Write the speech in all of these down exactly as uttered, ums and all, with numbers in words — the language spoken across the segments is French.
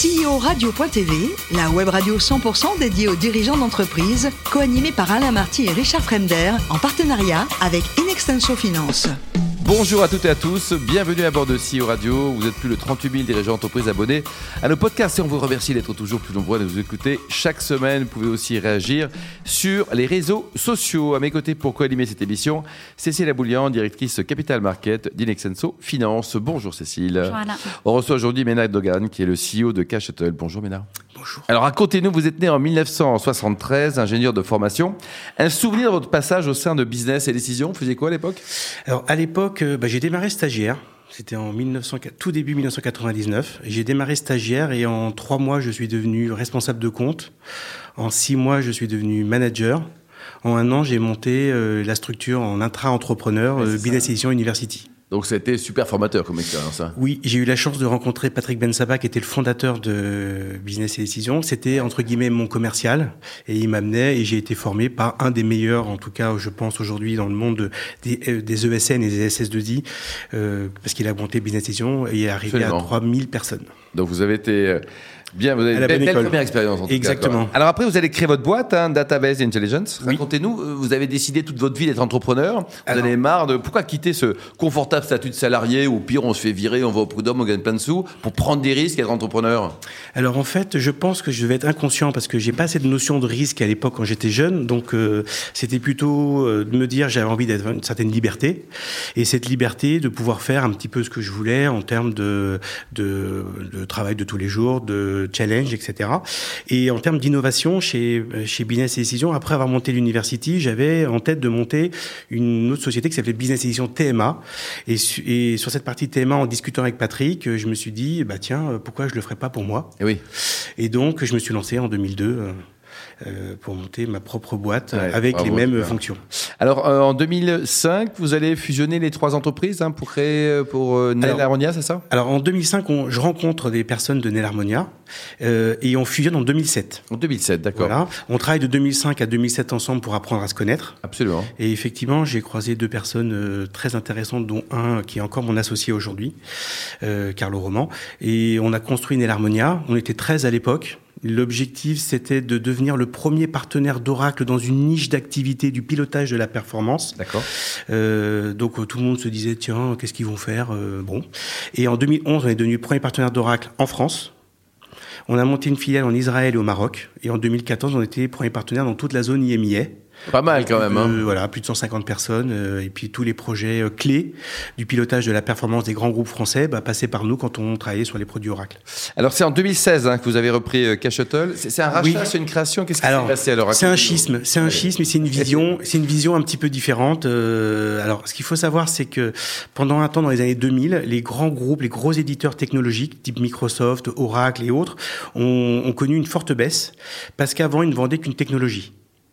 C E O Radio point T V, la web radio cent pour cent dédiée aux dirigeants d'entreprise, co-animée par Alain Marty et Richard Fremder, en partenariat avec Inextenso Finance. Bonjour à toutes et à tous, bienvenue à bord de C E O Radio. Vous êtes plus de trente-huit mille dirigeants d'entreprise abonnés à nos podcasts et on vous remercie d'être toujours plus nombreux à nous écouter chaque semaine. Vous pouvez aussi réagir sur les réseaux sociaux. À mes côtés pour co-animer cette émission, Cécile Aboulian, directrice Capital Market d'Inextenso Finance. Bonjour Cécile. Bonjour Alain. On reçoit aujourd'hui Ménard Dogan qui est le C E O de Cashuttle. Bonjour Ménard. Bonjour. Alors racontez-nous, vous êtes né en mille neuf cent soixante-treize, ingénieur de formation. Un souvenir de votre passage au sein de Business et Décision, vous faisiez quoi à l'époque ? Alors à l'époque, euh, bah, j'ai démarré stagiaire. C'était en mille neuf cents, tout début mille neuf cent quatre-vingt-dix-neuf. J'ai démarré stagiaire et en trois mois, je suis devenu responsable de compte. En six mois, je suis devenu manager. En un an, j'ai monté euh, la structure en intra-entrepreneur euh, Business Edition University. Donc c'était super formateur comme expérience. Hein. Oui, j'ai eu la chance de rencontrer Patrick Bensaba, qui était le fondateur de Business et Décision. C'était, entre guillemets, mon commercial. Et il m'amenait et j'ai été formé par un des meilleurs, en tout cas, je pense, aujourd'hui, dans le monde des, des E S N et des S S deux I, euh, parce qu'il a monté Business et Décision et est arrivé Absolument. à trois mille personnes. Donc vous avez été... Bien, vous avez une belle, belle première expérience en tout Exactement. cas. Alors après, vous allez créer votre boîte, hein, Database Intelligence. Oui. Racontez-nous, vous avez décidé toute votre vie d'être entrepreneur. Vous Alors, en avez marre de... Pourquoi quitter ce confortable statut de salarié ou pire, on se fait virer, on va au prud'homme, on gagne plein de sous pour prendre des risques et être entrepreneur ? Alors en fait, je pense que je vais être inconscient parce que j'ai pas assez de notion de risque à l'époque quand j'étais jeune. Donc euh, c'était plutôt euh, de me dire j'avais envie d'avoir une certaine liberté. Et cette liberté de pouvoir faire un petit peu ce que je voulais en termes de, de, de travail de tous les jours, de challenge, et cetera. Et en termes d'innovation, chez, chez Business et Décision, après avoir monté l'University, j'avais en tête de monter une autre société qui s'appelait Business et Décision T M A. Et, et sur cette partie T M A, en discutant avec Patrick, je me suis dit, bah tiens, pourquoi je le ferais pas pour moi ? Et oui. Et donc, je me suis lancé en deux mille deux euh, pour monter ma propre boîte ouais, avec bravo, les mêmes super. fonctions. Alors, euh, en deux mille cinq, vous allez fusionner les trois entreprises hein, pour créer pour euh, Nelharmonia, c'est ça ? Alors, en deux mille cinq, on, je rencontre des personnes de Nelharmonia euh, et on fusionne en deux mille sept. En deux mille sept, d'accord. Voilà. On travaille de deux mille cinq à deux mille sept ensemble pour apprendre à se connaître. Absolument. Et effectivement, j'ai croisé deux personnes euh, très intéressantes, dont un qui est encore mon associé aujourd'hui, euh, Carlo Roman. Et on a construit Nelharmonia. On était treize à l'époque. L'objectif, c'était de devenir le premier partenaire d'Oracle dans une niche d'activité du pilotage de la performance. D'accord. Euh, donc, tout le monde se disait, tiens, qu'est-ce qu'ils vont faire euh, Bon. Et en deux mille onze, on est devenu le premier partenaire d'Oracle en France. On a monté une filiale en Israël et au Maroc. Et en deux mille quatorze, on était premier partenaire dans toute la zone I M I A. Pas mal quand même. Hein. Euh, voilà, plus de cent cinquante personnes. Euh, et puis tous les projets euh, clés du pilotage de la performance des grands groupes français bah, passaient par nous quand on travaillait sur les produits Oracle. Alors c'est en deux mille seize hein, que vous avez repris euh, Cashuttle. C'est, c'est un rachat, oui. C'est une création. Qu'est-ce qui alors, s'est passé à l'Oracle ? C'est un schisme. C'est un schisme, mais c'est une vision. C'est une vision un petit peu différente. Euh, alors, ce qu'il faut savoir, c'est que pendant un temps, dans les années deux mille, les grands groupes, les gros éditeurs technologiques, type Microsoft, Oracle et autres, ont, ont connu une forte baisse parce qu'avant, ils ne vendaient qu'une technologie.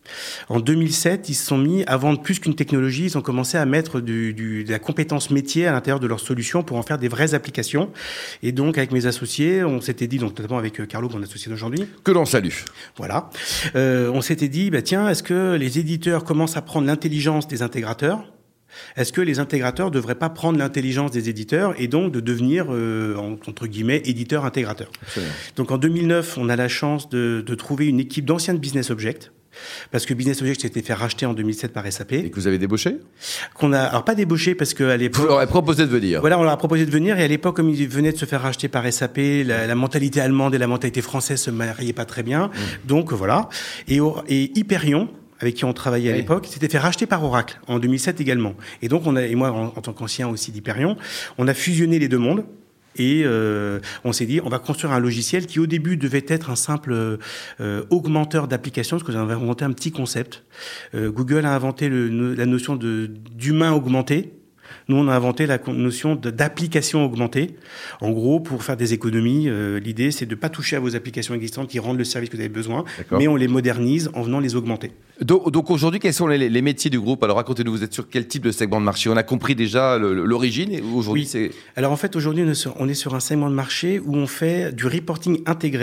En deux mille sept, ils se sont mis à vendre plus qu'une technologie. Ils ont commencé à mettre du, du, de la compétence métier à l'intérieur de leurs solutions pour en faire des vraies applications. Et donc, avec mes associés, on s'était dit, donc notamment avec Carlo, mon associé d'aujourd'hui, que l'on salue. Voilà. Euh, on s'était dit, bah tiens, est-ce que les éditeurs commencent à prendre l'intelligence des intégrateurs ? Est-ce que les intégrateurs ne devraient pas prendre l'intelligence des éditeurs et donc de devenir, euh, entre guillemets, éditeurs-intégrateurs ? Donc en deux mille neuf, on a la chance de, de trouver une équipe d'anciens de Business Object. Parce que Business Object s'était fait racheter en deux mille sept par S A P. Et que vous avez débauché ? Qu'on a, alors pas débauché parce qu'à l'époque... Vous leur avez proposé de venir. Voilà, on leur a proposé de venir et à l'époque, comme ils venaient de se faire racheter par S A P, la, la mentalité allemande et la mentalité française se mariaient pas très bien. Mmh. Donc voilà. Et, et Hyperion, avec qui on travaillait à oui. l'époque, s'était fait racheter par Oracle en deux mille sept également. Et donc on a, et moi en, en tant qu'ancien aussi d'Hyperion, on a fusionné les deux mondes. Et euh, on s'est dit, on va construire un logiciel qui au début devait être un simple euh, augmenteur d'applications, parce que nous avons inventé un petit concept. Euh, Google a inventé le, la notion de, d'humain augmenté. Nous, on a inventé la notion de, d'application augmentée. En gros, pour faire des économies, euh, l'idée, c'est de ne pas toucher à vos applications existantes qui rendent le service que vous avez besoin, D'accord. mais on les modernise en venant les augmenter. Donc, donc aujourd'hui, quels sont les, les métiers du groupe ? Alors racontez-nous, vous êtes sur quel type de segment de marché ? On a compris déjà le, l'origine, et aujourd'hui, oui. c'est... Alors en fait, aujourd'hui, on est, sur, on est sur un segment de marché où on fait du reporting intégré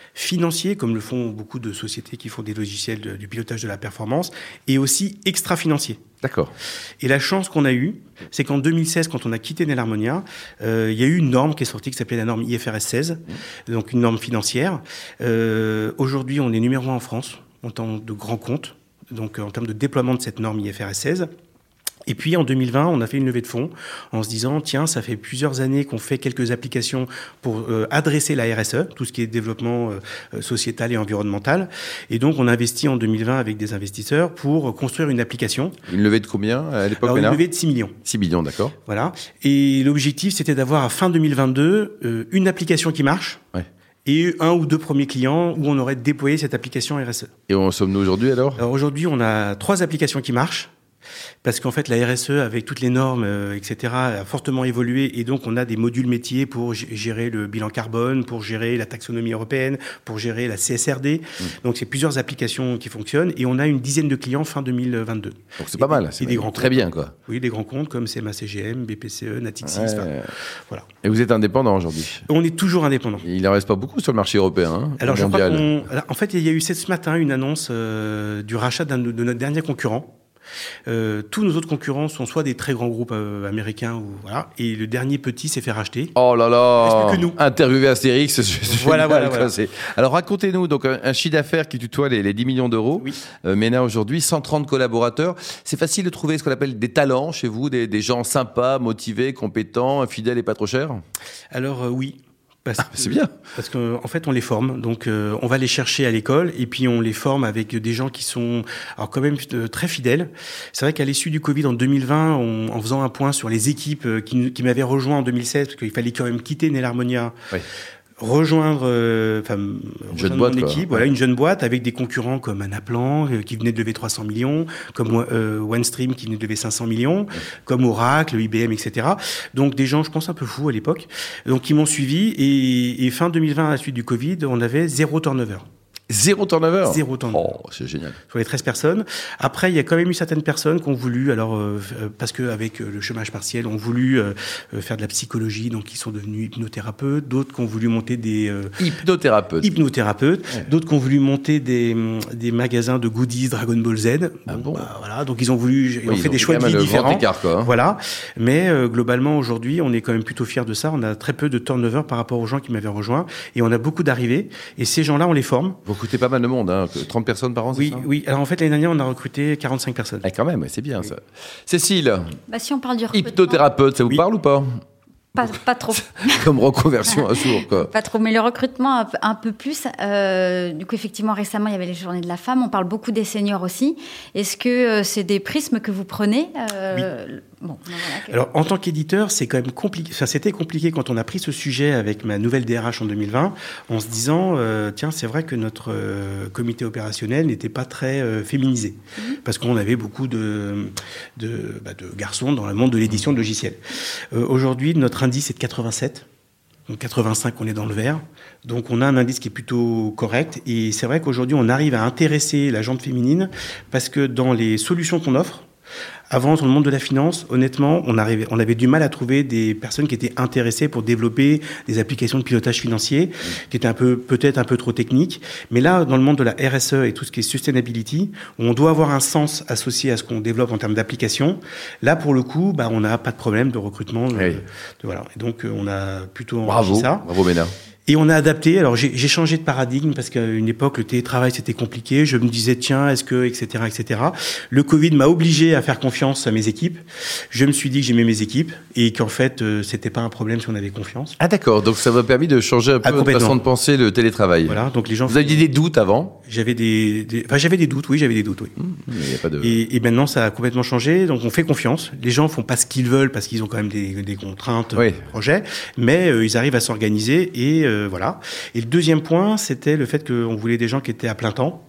financier, comme le font beaucoup de sociétés qui font des logiciels de, du pilotage de la performance, et aussi extra-financier. D'accord. Et la chance qu'on a eue, c'est qu'en deux mille seize, quand on a quitté Nel Harmonia, euh, il y a eu une norme qui est sortie qui s'appelait la norme I F R S seize, mmh. donc une norme financière. Euh, aujourd'hui, on est numéro un en France en termes de grands comptes, donc en termes de déploiement de cette norme I F R S seize. Et puis en deux mille vingt, on a fait une levée de fonds en se disant, tiens, ça fait plusieurs années qu'on fait quelques applications pour euh, adresser la R S E, tout ce qui est développement euh, sociétal et environnemental. Et donc on a investi en deux mille vingt avec des investisseurs pour construire une application. Une levée de combien à l'époque? Alors, une levée de six millions. six millions, d'accord. Voilà. Et l'objectif, c'était d'avoir à fin deux mille vingt-deux euh, une application qui marche. Ouais. Et un ou deux premiers clients où on aurait déployé cette application R S E. Et où en sommes-nous aujourd'hui alors? Alors aujourd'hui, on a trois applications qui marchent. Parce qu'en fait, la R S E, avec toutes les normes, euh, et cetera, a fortement évolué. Et donc, on a des modules métiers pour g- gérer le bilan carbone, pour gérer la taxonomie européenne, pour gérer la C S R D. Mmh. Donc, c'est plusieurs applications qui fonctionnent. Et on a une dizaine de clients fin deux mille vingt-deux. Donc, c'est pas et, mal. C'est et des grands très comptes, bien, quoi. Oui, des grands comptes comme C M A C G M, B P C E, Natixis. Ouais. Voilà. Et vous êtes indépendant aujourd'hui? On est toujours indépendant. Il n'en reste pas beaucoup sur le marché européen, hein, Alors, je mondial. crois qu'on... Alors, en fait, il y a eu ce matin une annonce euh, du rachat d'un de notre dernier concurrent. Euh, tous nos autres concurrents sont soit des très grands groupes euh, américains ou voilà, et le dernier petit s'est fait racheter. Oh là là, que nous. Interviewé Astérix, c'est voilà, génial, voilà, quoi, voilà. c'est... Alors racontez-nous donc un, un chiffre d'affaires qui tutoie les, les dix millions d'euros. Oui. Euh, Mena aujourd'hui, cent trente collaborateurs. C'est facile de trouver ce qu'on appelle des talents chez vous, des, des gens sympas, motivés, compétents, fidèles et pas trop chers? Alors euh, oui. Parce ah, que, c'est bien. Parce qu'en en fait, on les forme. Donc, euh, on va les chercher à l'école et puis on les forme avec des gens qui sont alors quand même euh, très fidèles. C'est vrai qu'à l'issue du Covid en deux mille vingt, on, en faisant un point sur les équipes euh, qui, qui m'avaient rejoint en deux mille seize, parce qu'il fallait quand même quitter Nel Harmonia. Oui. rejoindre, euh, enfin, une rejoindre boîte, mon quoi. équipe, voilà, une jeune boîte avec des concurrents comme Anaplan euh, qui venait de lever trois cents millions, comme euh, OneStream qui venait de lever cinq cents millions, ouais. comme Oracle, I B M, et cetera. Donc des gens, je pense, un peu fous à l'époque, donc qui m'ont suivi et, et fin deux mille vingt, à la suite du Covid, on avait zéro turnover. Zéro turnover. Zéro turnover. Oh, c'est génial. Sur les treize personnes. Après, il y a quand même eu certaines personnes qui ont voulu, alors euh, parce que avec le chômage partiel, ont voulu euh, faire de la psychologie, donc ils sont devenus hypnothérapeutes. D'autres qui ont voulu monter des euh, hypnothérapeutes. Hypnothérapeutes. Ouais. D'autres qui ont voulu monter des des magasins de goodies Dragon Ball Z. Ah bon, bon. Bah, voilà. Donc ils ont voulu, ils oui, ont fait ils ont des choix de vie le différents. grand écart, quoi, hein. Voilà. Mais euh, globalement, aujourd'hui, on est quand même plutôt fiers de ça. On a très peu de turnover par rapport aux gens qui m'avaient rejoint, et on a beaucoup d'arrivées. Et ces gens-là, on les forme. Vous recrutez pas mal de monde, hein. trente personnes par an, Oui, c'est ça? oui. Alors en fait, l'année dernière, on a recruté quarante-cinq personnes. Ah, quand même, c'est bien, oui. Ça. Cécile, bah, si on parle du recrutement, hypnothérapeute, ça vous oui. parle ou pas? Pas, pas trop. Comme reconversion à jour, quoi. Pas trop, mais le recrutement, un peu, un peu plus. Euh, du coup, effectivement, récemment, il y avait les journées de la femme. On parle beaucoup des seniors aussi. Est-ce que euh, c'est des prismes que vous prenez? euh, Oui. Bon, voilà, que... Alors, en tant qu'éditeur, c'est quand même compliqué. Enfin, c'était compliqué quand on a pris ce sujet avec ma nouvelle D R H en deux mille vingt, en se disant, euh, tiens, c'est vrai que notre euh, comité opérationnel n'était pas très euh, féminisé, mmh. parce qu'on avait beaucoup de, de, bah, de garçons dans le monde de l'édition de logiciels. Euh, aujourd'hui, notre indice est de quatre-vingt-sept. Donc quatre-vingt-cinq, on est dans le vert. Donc on a un indice qui est plutôt correct. Et c'est vrai qu'aujourd'hui, on arrive à intéresser la jante féminine, parce que dans les solutions qu'on offre, avant, dans le monde de la finance, honnêtement, on, arrivait, on avait du mal à trouver des personnes qui étaient intéressées pour développer des applications de pilotage financier, qui étaient un peu, peut-être un peu trop techniques. Mais là, dans le monde de la R S E et tout ce qui est sustainability, où on doit avoir un sens associé à ce qu'on développe en termes d'application, là, pour le coup, bah, on n'a pas de problème de recrutement. De, oui. de, voilà. Et donc, on a plutôt bravo, enrichi ça. Bravo, Mena. Et on a adapté. Alors j'ai, j'ai changé de paradigme parce qu'à une époque le télétravail c'était compliqué. Je me disais tiens est-ce que et cetera et cetera. Le Covid m'a obligé à faire confiance à mes équipes. Je me suis dit que j'aimais mes équipes et qu'en fait euh, c'était pas un problème si on avait confiance. Ah d'accord. Donc ça m'a permis de changer un peu ah, votre façon de penser le télétravail. Voilà. Donc les gens. Vous aviez des doutes avant? J'avais des, des, enfin j'avais des doutes. Oui j'avais des doutes. Oui. Mmh, mais y a pas de... et, et maintenant ça a complètement changé. Donc on fait confiance. Les gens font pas ce qu'ils veulent parce qu'ils ont quand même des, des contraintes oui. de projet, mais euh, ils arrivent à s'organiser et euh, voilà. Et le deuxième point, c'était le fait qu'on voulait des gens qui étaient à plein temps.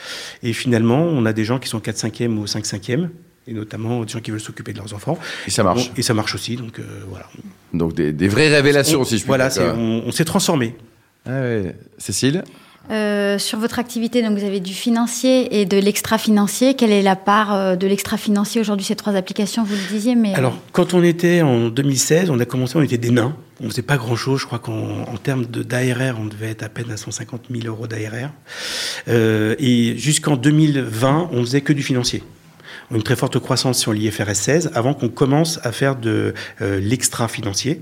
Et finalement, on a des gens qui sont quatre cinquième ou cinq cinquième, et notamment des gens qui veulent s'occuper de leurs enfants. Et ça marche. Bon, et ça marche aussi, donc euh, voilà. Donc des, des vraies révélations, on, si je puis voilà, dire. Voilà, on, on s'est transformé. Ah ouais. Cécile ? Euh, sur votre activité, donc vous avez du financier et de l'extra-financier. Quelle est la part euh, de l'extra-financier aujourd'hui, ces trois applications, vous le disiez, mais... Alors, quand on était en deux mille seize, on a commencé, on était des nains. On ne faisait pas grand-chose. Je crois qu'en en termes de, d'A R R, on devait être à peine à cent cinquante mille euros d'A R R. Euh, et jusqu'en deux mille vingt, on faisait que du financier. Une très forte croissance sur l'I F R S seize avant qu'on commence à faire de euh, l'extra-financier.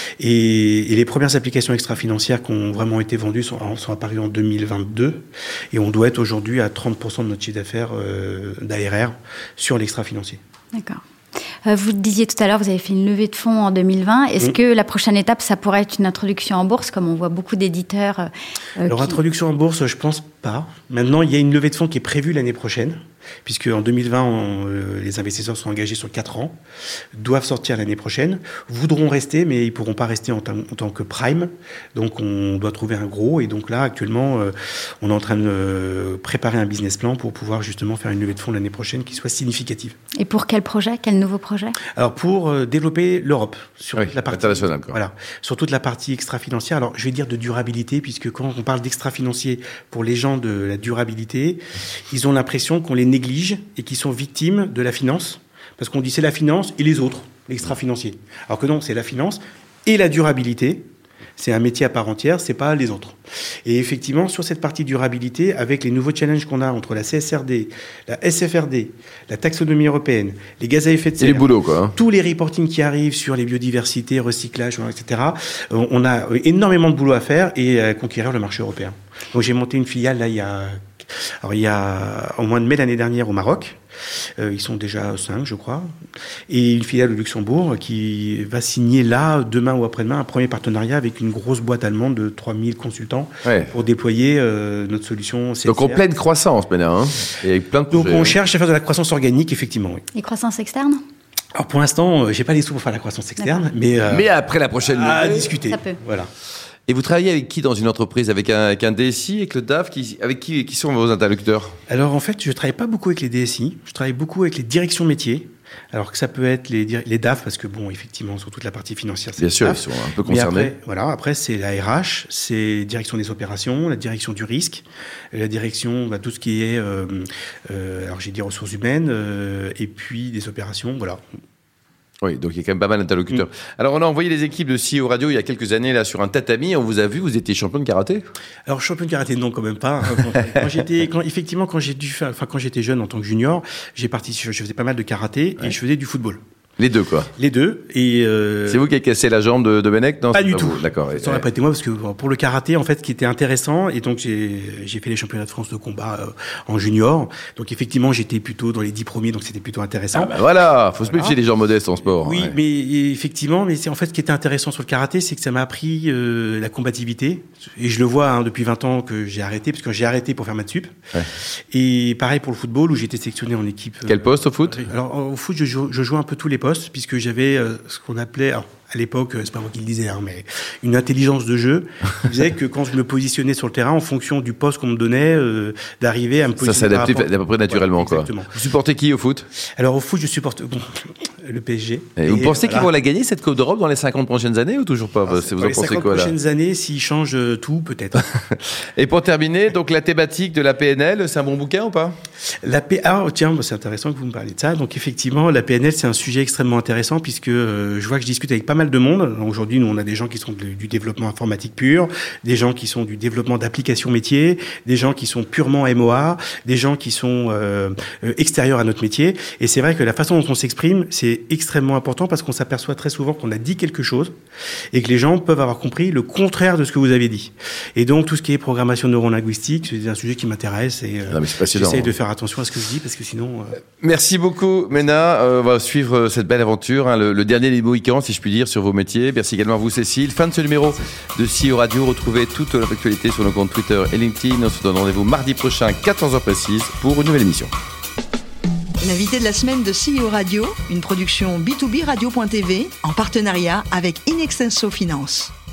Et, et les premières applications extra-financières qui ont vraiment été vendues sont, sont apparues en deux mille vingt-deux. Et on doit être aujourd'hui à trente pour cent de notre chiffre d'affaires euh, d'A R R sur l'extra-financier. D'accord. Vous le disiez tout à l'heure, vous avez fait une levée de fonds en deux mille vingt. Est-ce mmh. que la prochaine étape, ça pourrait être une introduction en bourse, comme on voit beaucoup d'éditeurs euh, Alors, qui... introduction en bourse, je pense pas. Maintenant, il y a une levée de fonds qui est prévue l'année prochaine, puisque en deux mille vingt, on, euh, les investisseurs sont engagés sur quatre ans, doivent sortir l'année prochaine, voudront rester, mais ils ne pourront pas rester en, t- en tant que prime. Donc, on doit trouver un gros. Et donc là, actuellement, euh, on est en train de euh, préparer un business plan pour pouvoir justement faire une levée de fonds l'année prochaine qui soit significative. Et pour quel projet ? Quel nouveau projet ? Alors, pour euh, développer l'Europe sur oui, toute la partie internationale, quoi. Voilà, sur toute la partie extra-financière. Alors, je vais dire de durabilité, puisque quand on parle d'extra-financier pour les gens de la durabilité, ils ont l'impression qu'on les néglige et qu'ils sont victimes de la finance, parce qu'on dit c'est la finance et les autres, l'extra-financier. Alors que non, c'est la finance et la durabilité. C'est un métier à part entière, c'est pas les autres. Et effectivement, sur cette partie durabilité, avec les nouveaux challenges qu'on a entre la C S R D, la S F R D, la taxonomie européenne, les gaz à effet de serre, et les boulots, quoi, hein. tous les reportings qui arrivent sur les biodiversités, recyclage, et cetera, on a énormément de boulot à faire et à conquérir le marché européen. Donc j'ai monté une filiale là il y a, alors il y a au mois de mai l'année dernière au Maroc. Euh, ils sont déjà cinq, je crois. Et une filiale au Luxembourg qui va signer là, demain ou après-demain, un premier partenariat avec une grosse boîte allemande de trois mille consultants ouais. pour déployer euh, notre solution C S R. Donc en pleine croissance maintenant, hein, et avec plein de projets. Donc on cherche à faire de la croissance organique, effectivement. Oui. Et croissance externe ? Alors pour l'instant, j'ai pas les sous pour faire la croissance externe, mais euh, mais après la prochaine à levée, discuter. Ça peut. Voilà. Et vous travaillez avec qui dans une entreprise ? Avec un, avec un D S I, avec le D A F qui, avec qui, qui sont vos interlocuteurs ? Alors en fait, je ne travaille pas beaucoup avec les D S I, je travaille beaucoup avec les directions métiers. Alors que ça peut être les, les D A F, parce que bon, effectivement, sur toute la partie financière, c'est bien sûr, D A F. ils sont un peu concernés. Mais après, voilà, après c'est la R H, c'est direction des opérations, la direction du risque, la direction, bah, tout ce qui est, euh, euh, alors j'ai dit ressources humaines, euh, et puis des opérations, voilà. Oui, donc il y a quand même pas mal d'interlocuteurs. Mmh. Alors, on a envoyé les équipes de C I O Radio il y a quelques années là sur un tatami. On vous a vu, vous étiez champion de karaté ? Alors, champion de karaté, non, quand même pas. Quand, quand j'étais, quand, effectivement, quand j'ai dû faire, enfin, quand j'étais jeune en tant que junior, j'ai participé, je faisais pas mal de karaté ouais. et je faisais du football. Les deux, quoi. Les deux. Et euh... c'est vous qui avez cassé la jambe de, de Benek ? Non, pas du pas tout. Vous. D'accord. Ça n'aurait pas été moi parce que pour le karaté, en fait, ce qui était intéressant, et donc j'ai, j'ai fait les championnats de France de combat euh, en junior. Donc effectivement, j'étais plutôt dans les dix premiers, donc c'était plutôt intéressant. Ah bah voilà, faut voilà. se méfier des gens modestes en sport. Oui, ouais. mais effectivement, mais c'est en fait ce qui était intéressant sur le karaté, c'est que ça m'a appris euh, la combativité. Et je le vois hein, depuis vingt ans que j'ai arrêté, parce que j'ai arrêté pour faire maths sup. Ouais. Et pareil pour le football où j'étais sélectionné en équipe. Quel euh, poste au foot ? Alors au foot, je joue, je joue un peu tous les postes puisque j'avais euh, ce qu'on appelait, alors, à l'époque, c'est pas moi qui le disais, hein, mais une intelligence de jeu qui faisait que quand je me positionnais sur le terrain, en fonction du poste qu'on me donnait, euh, d'arriver à me positionner. Ça s'adaptait à peu près naturellement, voilà, quoi. Vous supportez qui au foot ? Alors au foot, je supporte bon, le P S G. Et et vous pensez voilà. qu'ils vont la gagner cette Coupe d'Europe dans les cinquante prochaines années ou toujours pas ? Alors, vous en en pensez quoi là ? Les cinquante prochaines années, s'ils changent tout, peut-être. Et pour terminer, donc la thématique de la P N L, c'est un bon bouquin ou pas ? La P... Ah, tiens, c'est intéressant que vous me parliez de ça. Donc effectivement, la P N L, c'est un sujet extrêmement intéressant puisque euh, je vois que je discute avec pas mal de monde. Donc, aujourd'hui, nous, on a des gens qui sont du, du développement informatique pur, des gens qui sont du développement d'applications métiers, des gens qui sont purement M O A, des gens qui sont euh, euh, extérieurs à notre métier. Et c'est vrai que la façon dont on s'exprime, c'est extrêmement important parce qu'on s'aperçoit très souvent qu'on a dit quelque chose et que les gens peuvent avoir compris le contraire de ce que vous avez dit. Et donc, tout ce qui est programmation neurolinguistique, c'est un sujet qui m'intéresse et euh, j'essaye de faire attention à ce que je dis parce que sinon... Euh... Merci beaucoup, Mena. Euh, on va suivre cette belle aventure, hein, le, le dernier des Mohicans, si je puis dire, sur vos métiers. Merci également à vous, Cécile. Fin de ce numéro de C I O Radio. Retrouvez toute l'actualité sur nos comptes Twitter et LinkedIn. On se donne rendez-vous mardi prochain, quatorze heures précises, pour une nouvelle émission. L'invité de la semaine de C I O Radio, une production B deux B radio point T V en partenariat avec Inextenso Finance.